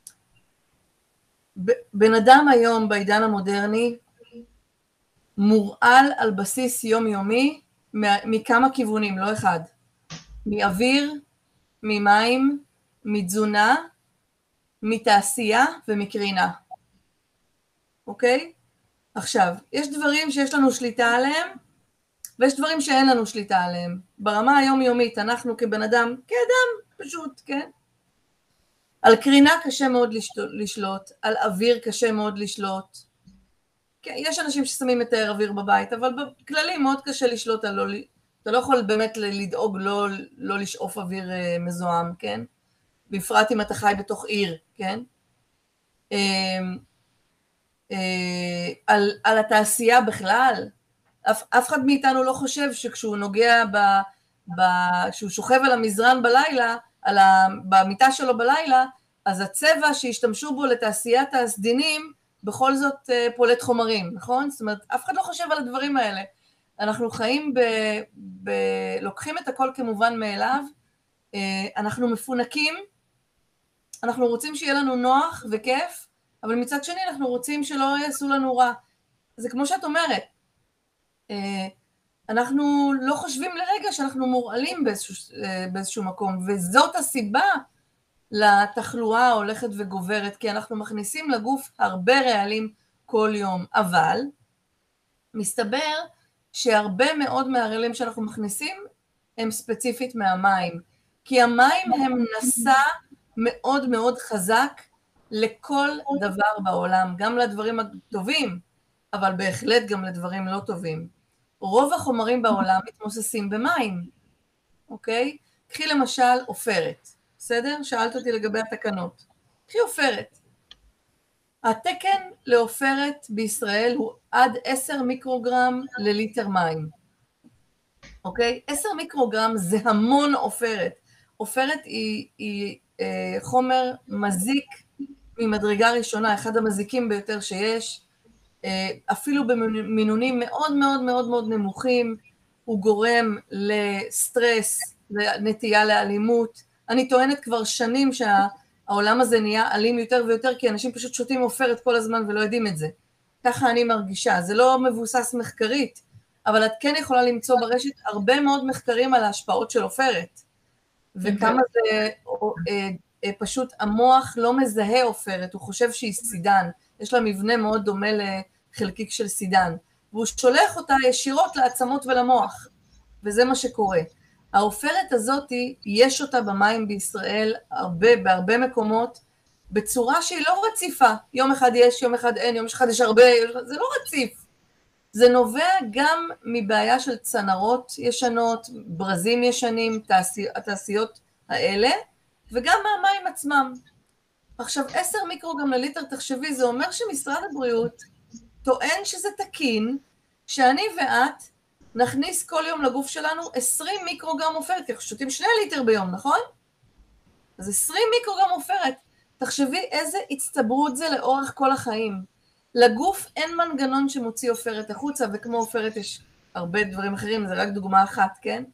בן אדם היום בעידן המודרני, מורעל על בסיס יומיומי מכמה כיוונים, לא אחד. מאוויר, ממים, מתזונה, מתעשייה ומקרינה. אוקיי? עכשיו, יש דברים שיש לנו שליטה עליהם, ויש דברים שאין לנו שליטה עליהם. ברמה היומיומית, אנחנו כבן אדם, כאדם פשוט, כן? על קרינה קשה מאוד לשלוט, על אוויר קשה מאוד לשלוט. יש אנשים ששמים מתאר אוויר בבית, אבל בכללי מאוד קשה לשלוט, על לא, אתה לא יכול באמת לדאוג לא, לא לשאוף אוויר מזוהם, כן? בפרט אם אתה חי בתוך עיר, כן? על, על התעשייה בכלל, אף, אף אחד מאיתנו לא חושב שכשהוא נוגע, ב, ב, כשהוא שוכב על המזרן בלילה, על ה, במיטה שלו בלילה, אז הצבע שהשתמשו בו לתעשיית הסדינים, בכל זאת פולט חומרים, נכון? זאת אומרת, אף אחד לא חושב על הדברים האלה. אנחנו חיים ב... ב... לוקחים את הכל כמובן מאליו, אנחנו מפונקים, אנחנו רוצים שיהיה לנו נוח וכיף, אבל מצד שני אנחנו רוצים שלא יעשו לנו רע. זה כמו שאת אומרת, אנחנו לא חושבים לרגע שאנחנו מורעלים באיזשהו, באיזשהו מקום, וזאת הסיבה לתחלואה הולכת וגוברת, כי אנחנו מכניסים לגוף הרבה רעלים כל יום, אבל מסתבר שהרבה מאוד מהרעלים שאנחנו מכניסים הם ספציפית מהמים, כי המים הם נשא מאוד מאוד חזק לכל דבר בעולם, גם לדברים הטובים, אבל בהחלט גם לדברים לא טובים. רוב החומרים בעולם מתמוססים במים, אוקיי? קחי למשל עופרת. בסדר? שאלת אותי לגבי התקנות. קחי עופרת. התקן לעופרת בישראל הוא עד עשרה מיקרוגרם לליטר מים. אוקיי? עשרה מיקרוגרם זה המון עופרת. עופרת היא, היא אה, חומר מזיק ממדרגה ראשונה, אחד המזיקים ביותר שיש, אה, אפילו במינונים מאוד מאוד מאוד מאוד נמוכים, הוא גורם לסטרס, לנטייה לאלימות. אני טוענת כבר שנים שהעולם הזה נהיה אלים יותר ויותר, כי אנשים פשוט שותים עופרת כל הזמן ולא יודעים את זה. ככה אני מרגישה. זה לא מבוסס מחקרית, אבל את כן יכולה למצוא ברשת הרבה מאוד מחקרים על ההשפעות של עופרת. וכמה זה פשוט המוח לא מזהה עופרת, הוא חושב שהיא סידן. יש לה מבנה מאוד דומה לחלקיק של סידן. והוא שולח אותה ישירות לעצמות ולמוח. וזה מה שקורה. העופרת הזאת, יש אותה במים בישראל, הרבה, בהרבה מקומות, בצורה שהיא לא רציפה. יום אחד יש, יום אחד אין, יום אחד יש הרבה, זה לא רציף. זה נובע גם מבעיה של צנרות ישנות, ברזים ישנים, תעשי, התעשיות האלה, וגם מהמים עצמם. עכשיו, עשרה מיקרוגרם לליטר, תחשבי, זה אומר שמשרד הבריאות טוען שזה תקין, שאני ואת נכניס כל יום לגוף שלנו עשרים מיקרוגרם עופרת, כי אנחנו שותים שני ליטר ביום, נכון? אז עשרים מיקרוגרם עופרת. תחשבי איזה הצטברות זה לאורך כל החיים. לגוף אין מנגנון שמוציא עופרת החוצה, וכמו עופרת יש הרבה דברים אחרים, זה רק דוגמה אחת, כן?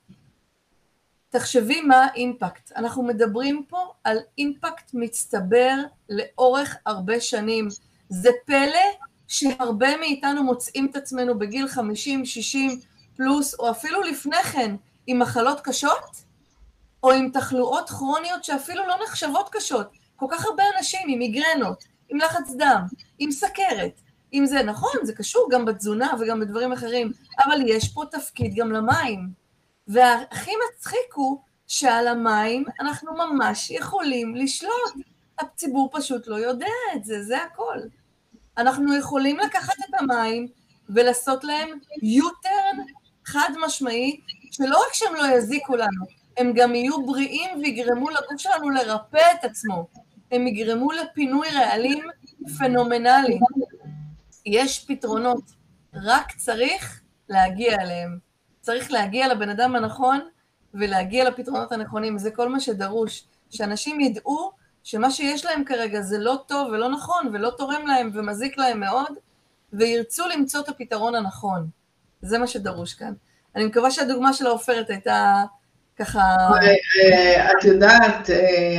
תחשבי מה האימפקט. אנחנו מדברים פה על אימפקט מצטבר לאורך הרבה שנים. זה פלא שהרבה מאיתנו מוצאים את עצמנו בגיל חמישים, שישים פלוס, או אפילו לפני כן, עם מחלות קשות, או עם תחלואות כרוניות שאפילו לא נחשבות קשות. כל כך הרבה אנשים עם מיגרנות, עם לחץ דם, עם סכרת, עם זה, נכון, זה קשור גם בתזונה וגם בדברים אחרים, אבל יש פה תפקיד גם למים. והכי מצחיק הוא שעל המים אנחנו ממש יכולים לשלוט. הציבור פשוט לא יודע את זה, זה הכל. אנחנו יכולים לקחת את המים ולעשות להם U-turn חד משמעי, שלא רק שהם לא יזיקו לנו, הם גם יהיו בריאים ויגרמו לגוף שלנו לרפא את עצמו. הם יגרמו לפינוי רעלים פנומנלי. יש פתרונות, רק צריך להגיע אליהם. צריך להגיע לבן אדם הנכון ולהגיע לפתרונות הנכונים. זה כל מה שדרוש. שאנשים ידעו שמה שיש להם כרגע זה לא טוב ולא נכון ולא תורם להם ומזיק להם מאוד, וירצו למצוא את הפתרון הנכון. זה מה שדרוש כאן. אני מקווה שהדוגמה של העופרת הייתה ככה... את יודעת,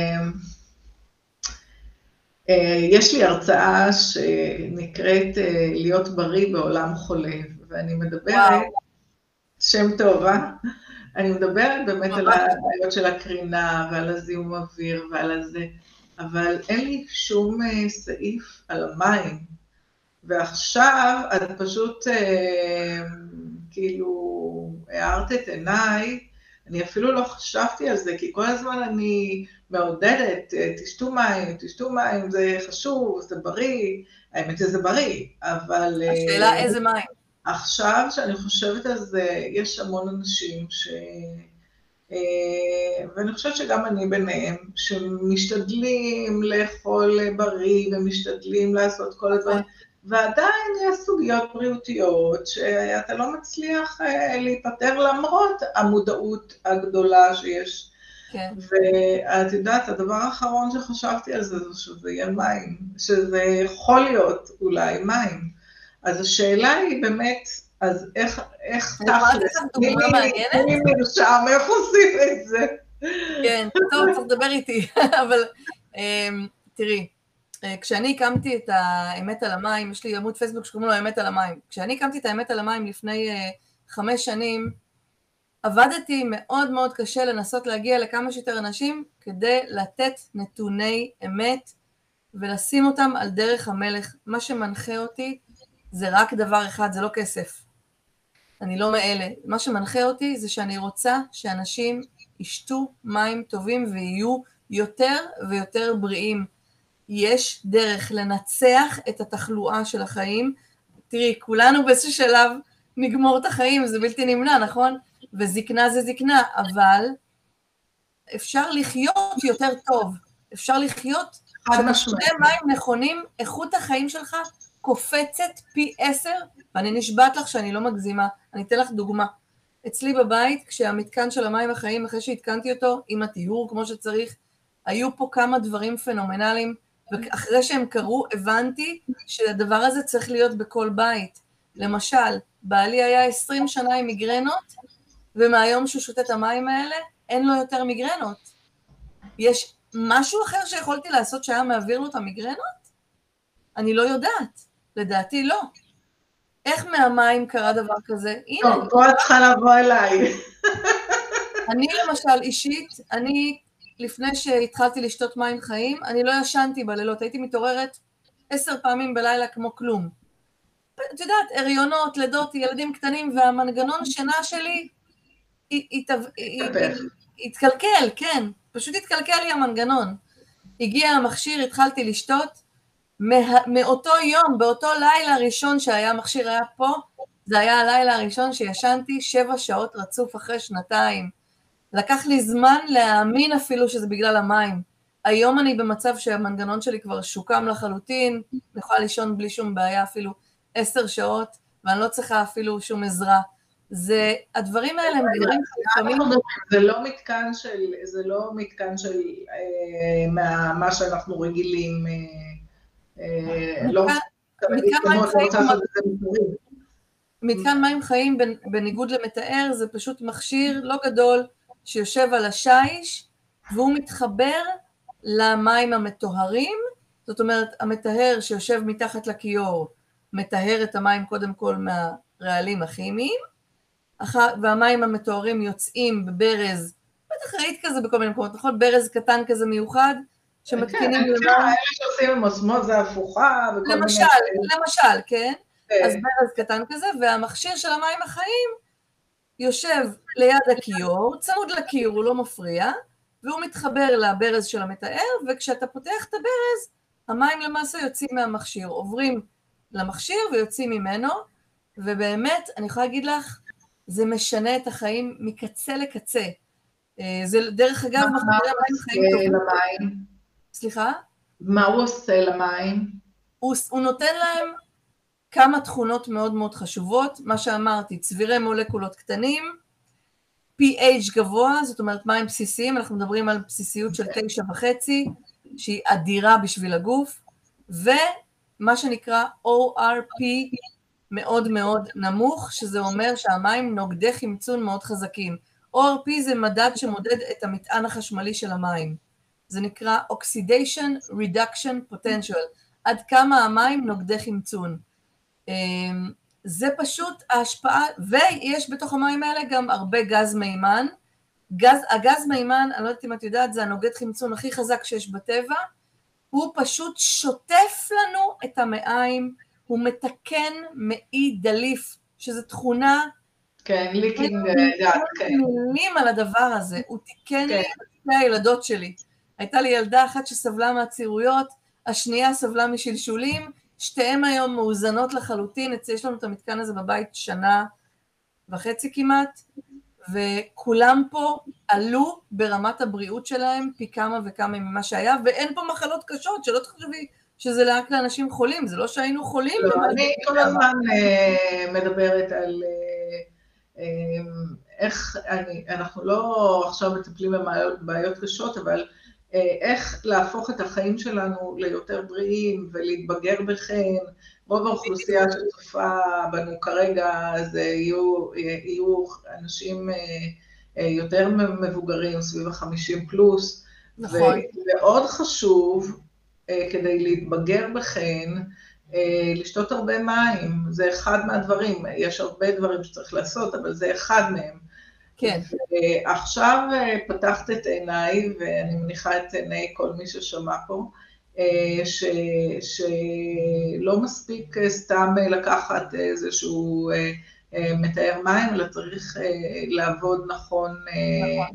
יש לי הרצאה שנקראת להיות בריא בעולם חולה, ואני מדברת, שם טוב, אה? אני מדברת באמת על הבעיות של הקרינה ועל הזיהום אוויר ועל הזה, אבל אין לי שום סעיף על המים, ועכשיו את פשוט כאילו הערת את עיניי אני אפילו לא חשבתי על זה, כי כל הזמן אני מעודדת, תשתו מים, תשתו מים, זה חשוב, זה בריא, האמת שזה בריא, אבל... השאלה איזה מים. עכשיו שאני חושבת על זה, יש המון אנשים ש... ואני חושבת שגם אני ביניהם, שמשתדלים לאכול בריא ומשתדלים לעשות כל הדברים, ועדיין יש סוגיות בריאותיות שאתה לא מצליח להיפטר למרות המודעות הגדולה שיש. כן. ואת יודעת, הדבר האחרון שחשבתי על זה, זה שזה יהיה מים, שזה יכול להיות אולי מים. אז השאלה היא באמת, אז איך, איך תכלס, מי מרשם, איך עושים את זה? כן, טוב, צריך לדבר איתי, אבל תראי, כשאני הקמתי את האמת על המים, יש לי עמוד פייסבוק שקוראים לו האמת על המים, כשאני הקמתי את האמת על המים לפני חמש שנים, עבדתי מאוד מאוד קשה לנסות להגיע לכמה שיותר אנשים, כדי לתת נתוני אמת, ולשים אותם על דרך המלך. מה שמנחה אותי, זה רק דבר אחד, זה לא כסף. אני לא מאלה. מה שמנחה אותי זה שאני רוצה שאנשים ישתו מים טובים ויהיו יותר ויותר בריאים. יש דרך לנצח את התחלואה של החיים. תראי, כולנו באיזשהו שלב נגמור את החיים, זה בלתי נמנע, נכון? וזקנה זה זקנה, אבל אפשר לחיות יותר טוב. אפשר לחיות, כשאתה שותה מים נכונים, איכות החיים שלך קופצת פי עשר, ואני נשבעת לך שאני לא מגזימה. אני אתן לך דוגמה. אצלי בבית, כשהמתקן של המים החיים, אחרי שהתקנתי אותו, עם הטיהור כמו שצריך, היו פה כמה דברים פנומנליים, ואחרי שהם קרו, הבנתי שהדבר הזה צריך להיות בכל בית. למשל, בעלי היה עשרים שנה עם מיגרנות, ומהיום שהוא שותה את המים האלה, אין לו יותר מיגרנות. יש משהו אחר שיכולתי לעשות שהיה מעביר לו את המיגרנות? אני לא יודעת. לדעתי לא. איך מהמים קרה דבר כזה? טוב, הנה, פה את צריכה לבוא אליי. אני למשל אישית, אני לפני שהתחלתי לשתות מים חיים, אני לא ישנתי בלילות, הייתי מתעוררת עשר פעמים בלילה כמו כלום. את יודעת, הריונות, לידות, ילדים קטנים, והמנגנון שינה שלי התקלקל, כן, פשוט התקלקל לי המנגנון. הגיע המכשיר, התחלתי לשתות, מאותו יום, באותו לילה הראשון שהיה המכשיר היה פה, זה היה הלילה הראשון שישנתי שבע שעות רצוף אחרי שנתיים. לקח לי זמן להאמין אפילו שזה בגלל המים. היום אני במצב שהמנגנון שלי כבר שוקם לחלוטין, אני יכולה לישון בלי שום בעיה אפילו עשר שעות, ואני לא צריכה אפילו שום עזרה. זה, הדברים האלה הם דברים לפעמים... זה לא מתקן של, זה לא מתקן של מה שאנחנו רגילים, לא... מתקן מים חיים בניגוד למתאר, זה פשוט מכשיר לא גדול שיושב על השיש, והוא מתחבר למים המטוהרים, זאת אומרת, המטהר שיושב מתחת לכיור, מטהר את המים קודם כל מהרעלים הכימיים, והמים המטוהרים יוצאים בברז, בטח ראית כזה בכל מיני מקומות, נכון? ברז קטן כזה מיוחד, שמתקינים למים. כן, האלה שעושים עם אוסמוזה הפוכה וכל מיני... למשל, למשל, כן? אז ברז קטן כזה, והמכשיר של המים החיים יושב ליד הכיור, צמוד לכיור, הוא לא מפריע, והוא מתחבר לברז של המטהר, וכשאתה פותח את הברז, המים למעשה יוצאים מהמכשיר, עוברים למכשיר ויוצאים ממנו, ובאמת, אני יכולה להגיד לך, זה משנה את החיים מקצה לקצה. זה דרך אגב, מה הוא עושה למים? סליחה? מה הוא עושה למים? הוא, הוא נותן להם כמה תכונות מאוד מאוד חשובות, מה שאמרתי, צבירי מולקולות קטנים, פי אייץ' גבוה, זאת אומרת מים בסיסיים, אנחנו מדברים על בסיסיות של תשע וחצי, שהיא אדירה בשביל הגוף, ומה שנקרא או אר פי מאוד מאוד נמוך, שזה אומר שהמים נוגדי חמצון מאוד חזקים. או אר פי זה מדד שמודד את המטען החשמלי של המים. זה נקרא Oxidation Reduction Potential, עד כמה המים נוגדי חמצון. זה פשוט ההשפעה, ויש בתוך המים האלה גם הרבה גז מימן. גז, הגז מימן, אני לא יודעת אם את יודעת, זה הנוגד חמצון הכי חזק שיש בטבע, הוא פשוט שוטף לנו את המעיים, הוא מתקן מעי דליף, שזו תכונה כן, ליקינג גאט, כן. מילים על הדבר הזה, הוא תיקן לי את שתי הילדות שלי. הייתה לי ילדה אחת שסבלה מהצירויות, השנייה סבלה משלשולים, שתיהן היום מאוזנות לחלוטין, יש לנו את המתקן הזה בבית שנה וחצי כמעט, וכולם פה עלו ברמת הבריאות שלהם פי כמה וכמה ממה שהיה, ואין פה מחלות קשות, שלא תחשבי שזה רק לאנשים חולים, זה לא שהיינו חולים. לא, אני כל הזמן מדברת על איך, אנחנו לא עכשיו מטפלים בבעיות קשות, אבל איך להפוך את החיים שלנו ליותר בריאים ולהתבגר בחן. רוב האוכלוסייה שצופה בנו כרגע, אז יהיו, יהיו אנשים יותר מבוגרים, סביב ה-חמישים פלוס. נכון. ומאוד חשוב, כדי להתבגר בחן, לשתות הרבה מים. זה אחד מהדברים, יש הרבה דברים שצריך לעשות, אבל זה אחד מהם. כן. ועכשיו פתחת את עיניי, ואני מניחה את עיני כל מי ששמע פה, ש, שלא מספיק סתם לקחת איזשהו מתאר מים, אלא צריך לעבוד נכון. נכון.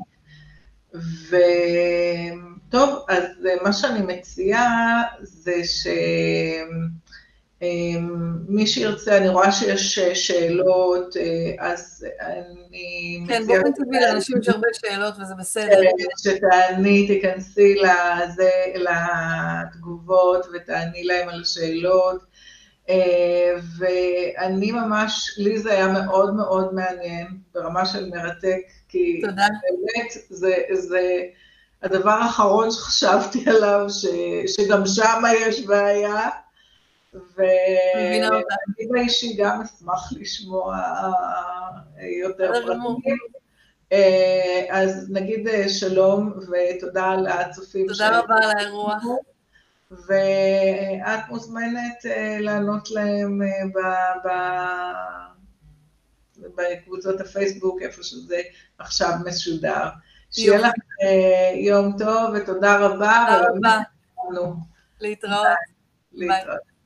וטוב, אז מה שאני מציעה זה ש... מי שירצה, אני רואה שיש שאלות, אז אני מציעה... כן, באופן טבעי, לאנשים יש הרבה שאלות וזה בסדר. שתעני, תיכנסי לזה, לתגובות ותעני להם על השאלות. ואני ממש, לי זה היה מאוד מאוד מעניין, ברמה של מרתק, כי תודה. באמת זה, זה הדבר האחרון שחשבתי עליו, ש, שגם שם יש בעיה, ואני באישי גם אשמח לשמוע יותר פרטים. אז נגיד שלום ותודה על הצופים. תודה רבה על האירוח. ואת מוזמנת לענות להם בקבוצות הפייסבוק, איפה שזה עכשיו משודר. שיהיה לך יום טוב ותודה רבה. תודה רבה. להתראות. להתראות.